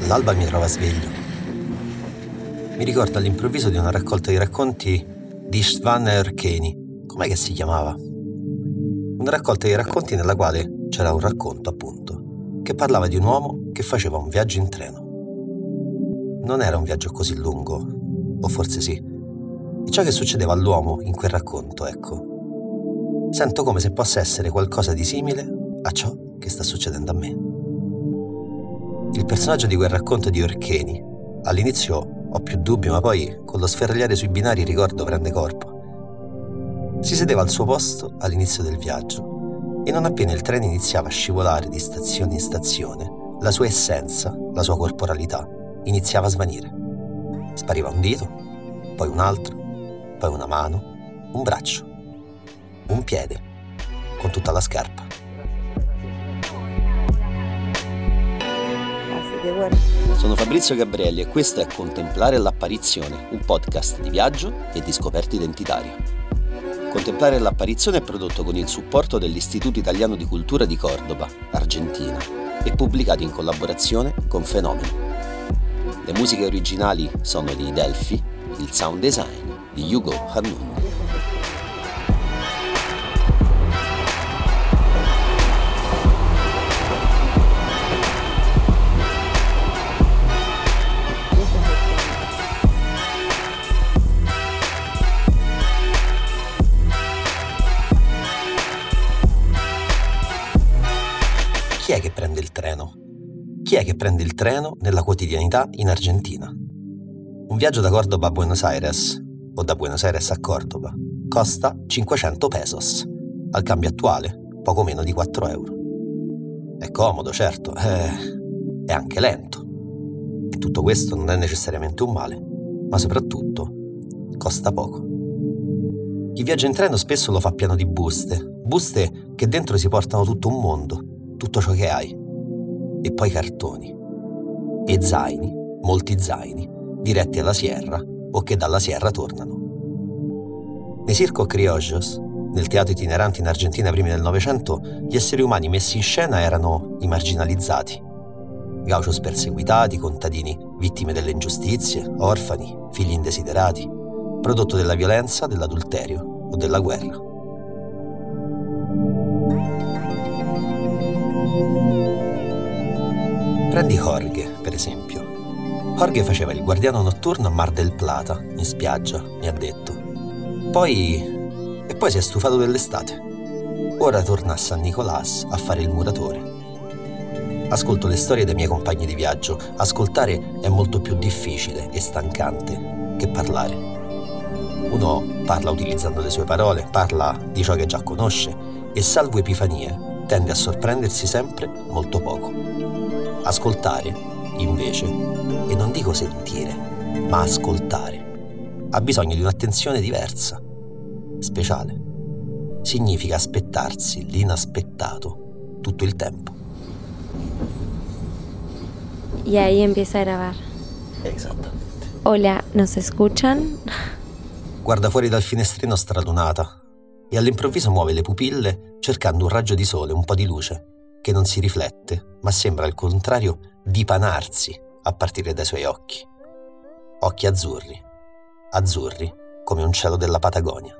L'alba mi trova sveglio. Mi ricordo all'improvviso di una raccolta di racconti di Istvan Erkeni. Com'è che si chiamava? Una raccolta di racconti nella quale c'era un racconto, appunto, che parlava di un uomo che faceva un viaggio in treno. Non era un viaggio così lungo, o forse sì. E ciò che succedeva all'uomo in quel racconto, ecco, sento come se possa essere qualcosa di simile a ciò che sta succedendo a me. Il personaggio di quel racconto di Erkeni, all'inizio ho più dubbi, ma poi con lo sferragliare sui binari il ricordo prende corpo. Si sedeva al suo posto all'inizio del viaggio e non appena il treno iniziava a scivolare di stazione in stazione, la sua essenza, la sua corporalità, iniziava a svanire. Spariva un dito, poi un altro, poi una mano, un braccio, un piede, con tutta la scarpa. Sono Fabrizio Gabrielli e questo è Contemplare l'apparizione, un podcast di viaggio e di scoperta identitaria. Contemplare l'apparizione è prodotto con il supporto dell'Istituto Italiano di Cultura di Cordoba, Argentina, e pubblicato in collaborazione con Fenomeno. Le musiche originali sono di Delphi, il sound design di Hugo Hannun. Chi è che prende il treno? Chi è che prende il treno nella quotidianità in Argentina? Un viaggio da Cordoba a Buenos Aires, o da Buenos Aires a Cordoba, costa 500 pesos, al cambio attuale poco meno di 4 euro. È comodo, certo, è anche lento. E tutto questo non è necessariamente un male, ma soprattutto costa poco. Chi viaggia in treno spesso lo fa pieno di buste che dentro si portano tutto un mondo, tutto ciò che hai, e poi cartoni, e zaini, molti zaini, diretti alla Sierra o che dalla Sierra tornano. Nei circo criollos, nel teatro itinerante in Argentina primi del Novecento, gli esseri umani messi in scena erano i marginalizzati, gauchos perseguitati, contadini vittime delle ingiustizie, orfani, figli indesiderati, prodotto della violenza, dell'adulterio o della guerra. Prendi Jorge, per esempio. Jorge faceva il guardiano notturno a Mar del Plata, in spiaggia, mi ha detto. Poi si è stufato dell'estate. Ora torna a San Nicolás a fare il muratore. Ascolto le storie dei miei compagni di viaggio. Ascoltare è molto più difficile e stancante che parlare. Uno parla utilizzando le sue parole, parla di ciò che già conosce e, salvo epifanie, tende a sorprendersi sempre molto poco. Ascoltare, invece, e non dico sentire, ma ascoltare, ha bisogno di un'attenzione diversa, speciale. Significa aspettarsi l'inaspettato tutto il tempo. Y ahí empieza a grabar. Esattamente. Hola, ¿nos escuchan? Guarda fuori dal finestrino stralunata e all'improvviso muove le pupille cercando un raggio di sole, un po' di luce, che non si riflette, ma sembra al contrario dipanarsi a partire dai suoi occhi. Occhi azzurri, azzurri come un cielo della Patagonia.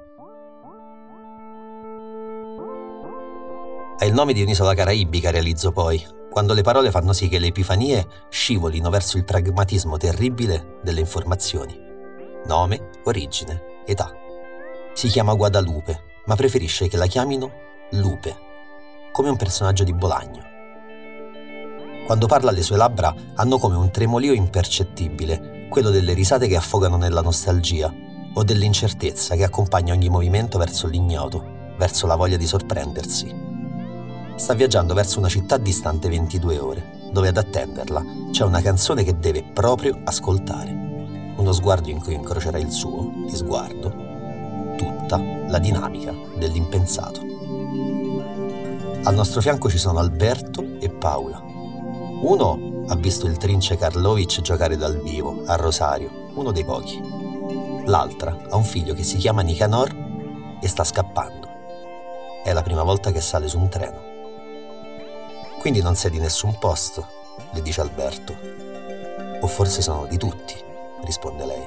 È il nome di un'isola caraibica, realizzo poi, quando le parole fanno sì che le epifanie scivolino verso il pragmatismo terribile delle informazioni. Nome, origine, età. Si chiama Guadalupe, ma preferisce che la chiamino Lupe, come un personaggio di Bolagno. Quando parla le sue labbra hanno come un tremolio impercettibile, quello delle risate che affogano nella nostalgia o dell'incertezza che accompagna ogni movimento verso l'ignoto, verso la voglia di sorprendersi. Sta viaggiando verso una città distante 22 ore, dove ad attenderla c'è una canzone che deve proprio ascoltare. Uno sguardo in cui incrocerà il suo, di sguardo, tutta la dinamica dell'impensato. Al nostro fianco ci sono Alberto e Paula. Uno ha visto il Trince Karlovic giocare dal vivo, a Rosario, uno dei pochi. L'altra ha un figlio che si chiama Nicanor e sta scappando. È la prima volta che sale su un treno. Quindi non sei di nessun posto, le dice Alberto. forse sono di tutti, risponde lei.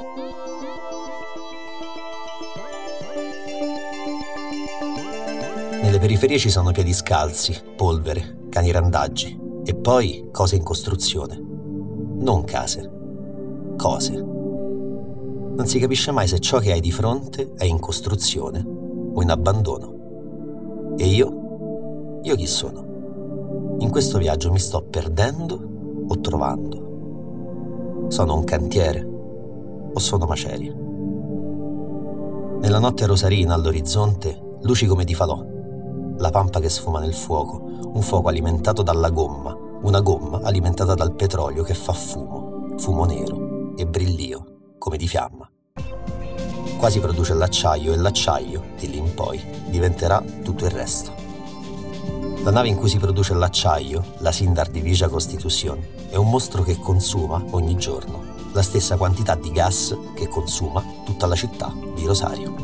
Nelle periferie ci sono piedi scalzi, polvere, cani randaggi e poi cose in costruzione. Non case, cose. Non si capisce mai se ciò che hai di fronte è in costruzione o in abbandono. E io? Io chi sono? In questo viaggio mi sto perdendo o trovando? Sono un cantiere o sono macerie? Nella notte rosarina all'orizzonte, luci come di falò. La pampa che sfuma nel fuoco, un fuoco alimentato dalla gomma, una gomma alimentata dal petrolio che fa fumo nero e brillio, come di fiamma. Quasi produce l'acciaio e l'acciaio, di lì in poi, diventerà tutto il resto. La nave in cui si produce l'acciaio, la Sindar di Vigia Constitución, è un mostro che consuma ogni giorno la stessa quantità di gas che consuma tutta la città di Rosario.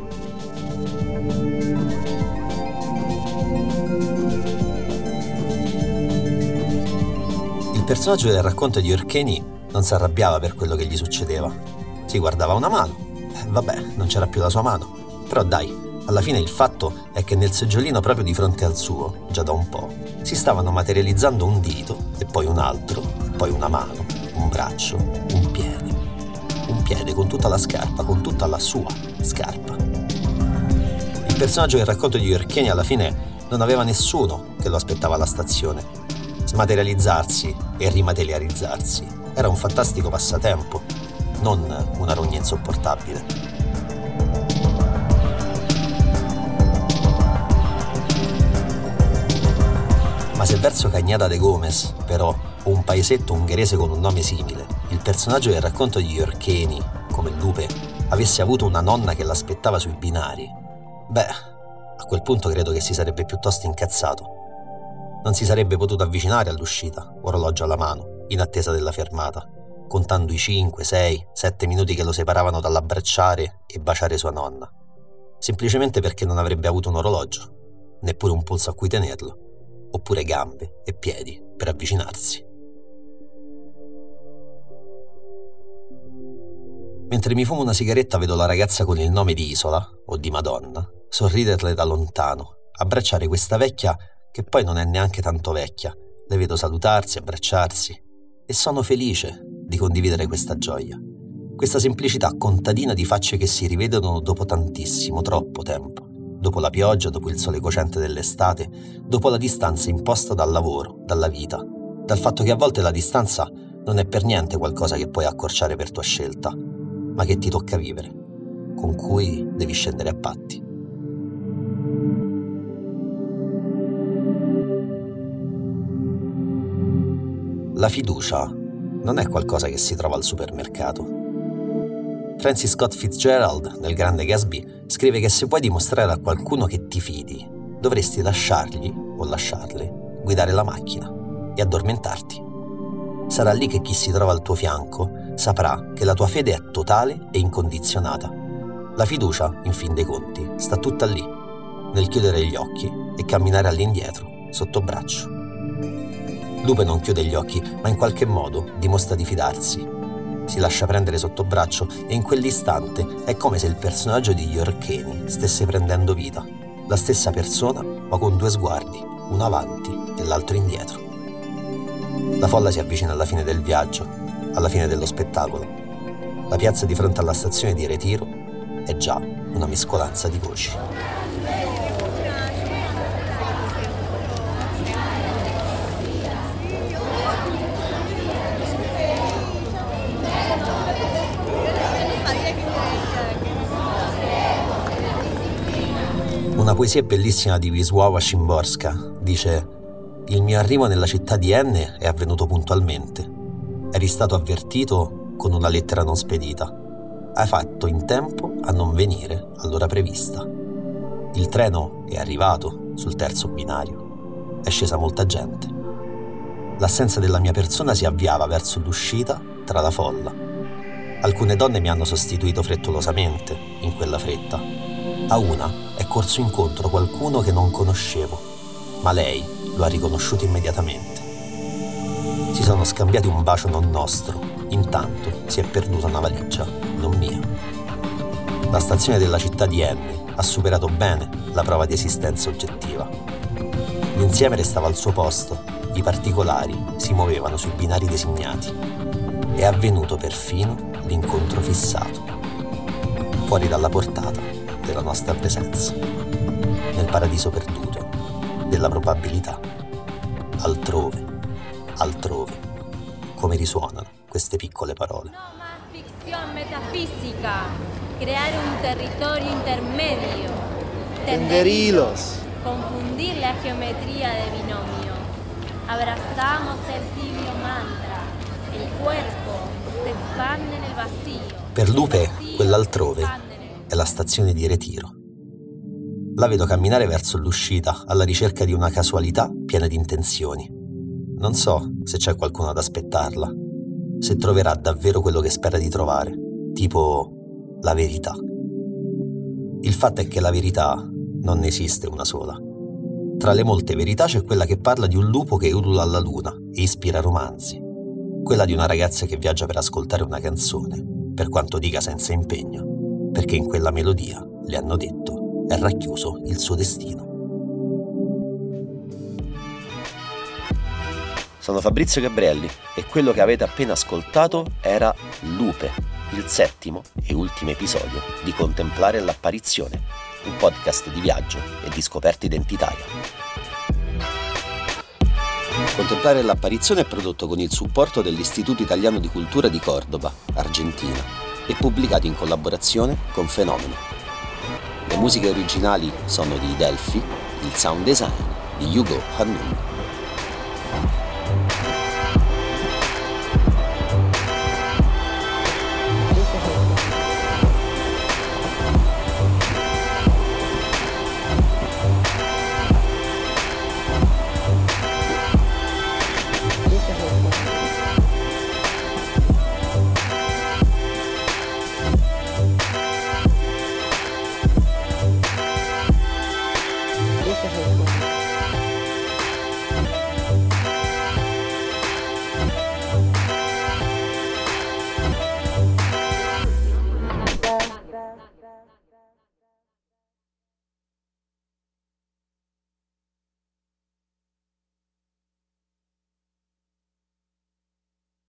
Il personaggio del racconto di Orcheni non si arrabbiava per quello che gli succedeva. Si guardava una mano. Vabbè, non c'era più la sua mano. Però dai, alla fine il fatto è che nel seggiolino proprio di fronte al suo, già da un po', si stavano materializzando un dito, e poi un altro, poi una mano, un braccio, un piede. Un piede con tutta la scarpa, con tutta la sua scarpa. Il personaggio del racconto di Orcheni alla fine non aveva nessuno che lo aspettava alla stazione. Smaterializzarsi e rimaterializzarsi era un fantastico passatempo, non una rogna insopportabile. Ma se verso Cañada de Gómez, però, o un paesetto ungherese con un nome simile, il personaggio del racconto di Orcheni, come Lupe, avesse avuto una nonna che l'aspettava sui binari, beh, a quel punto credo che si sarebbe piuttosto incazzato. Non si sarebbe potuto avvicinare all'uscita, orologio alla mano, in attesa della fermata, contando i 5, 6, 7 minuti che lo separavano dall'abbracciare e baciare sua nonna. Semplicemente perché non avrebbe avuto un orologio, neppure un polso a cui tenerlo, oppure gambe e piedi per avvicinarsi. Mentre mi fumo una sigaretta vedo la ragazza con il nome di Isola, o di Madonna, sorriderle da lontano, abbracciare questa vecchia che poi non è neanche tanto vecchia. Le vedo salutarsi, abbracciarsi e sono felice di condividere questa gioia, questa semplicità contadina di facce che si rivedono dopo tantissimo, troppo tempo, dopo la pioggia, dopo il sole cocente dell'estate, dopo la distanza imposta dal lavoro, dalla vita, dal fatto che a volte la distanza non è per niente qualcosa che puoi accorciare per tua scelta, ma che ti tocca vivere, con cui devi scendere a patti. La fiducia non è qualcosa che si trova al supermercato. Francis Scott Fitzgerald, nel Grande Gatsby, scrive che se vuoi dimostrare a qualcuno che ti fidi, dovresti lasciargli o lasciarle guidare la macchina e addormentarti. Sarà lì che chi si trova al tuo fianco saprà che la tua fede è totale e incondizionata. La fiducia, in fin dei conti, sta tutta lì, nel chiudere gli occhi e camminare all'indietro, sotto braccio. Lupe non chiude gli occhi, ma in qualche modo dimostra di fidarsi. Si lascia prendere sotto braccio e in quell'istante è come se il personaggio di Orcheni stesse prendendo vita. La stessa persona, ma con due sguardi, uno avanti e l'altro indietro. La folla si avvicina alla fine del viaggio, alla fine dello spettacolo. La piazza di fronte alla stazione di Retiro è già una mescolanza di voci. Una poesia bellissima di Wisława Szymborska dice: «Il mio arrivo nella città di N è avvenuto puntualmente. Eri stato avvertito con una lettera non spedita. Hai fatto in tempo a non venire all'ora prevista. Il treno è arrivato sul terzo binario. È scesa molta gente. L'assenza della mia persona si avviava verso l'uscita tra la folla. Alcune donne mi hanno sostituito frettolosamente in quella fretta. A una è corso incontro qualcuno che non conoscevo, ma lei lo ha riconosciuto immediatamente. Si sono scambiati un bacio non nostro. Intanto si è perduta una valigia, non mia. La stazione della città di Emmy ha superato bene la prova di esistenza oggettiva. L'insieme restava al suo posto, i particolari si muovevano sui binari designati. È avvenuto perfino l'incontro fissato, fuori dalla portata della nostra presenza, nel paradiso perduto della probabilità. Altrove, come risuonano queste piccole parole. No más ficción metafísica, crear un territorio intermedio, tender hilos, confundir la geometría de binomio. Abrazamos el tibio mantra, el cuerpo se expande nel vacío. Per Lupe, quell'altrove è la stazione di ritiro. La vedo camminare verso l'uscita alla ricerca di una casualità piena di intenzioni. Non so se c'è qualcuno ad aspettarla, se troverà davvero quello che spera di trovare, tipo la verità. Il fatto è che la verità non ne esiste una sola. Tra le molte verità c'è quella che parla di un lupo che ulula alla luna e ispira romanzi, quella di una ragazza che viaggia per ascoltare una canzone, per quanto dica senza impegno, perché in quella melodia, le hanno detto, è racchiuso il suo destino. Sono Fabrizio Gabrielli e quello che avete appena ascoltato era Lupe, il 7° e ultimo episodio di Contemplare l'apparizione, un podcast di viaggio e di scoperta identitaria. Contemplare l'apparizione è prodotto con il supporto dell'Istituto Italiano di Cultura di Córdoba, Argentina, e pubblicato in collaborazione con Fenomeno. Le musiche originali sono di Delphi, il sound design di Hugo Hannun.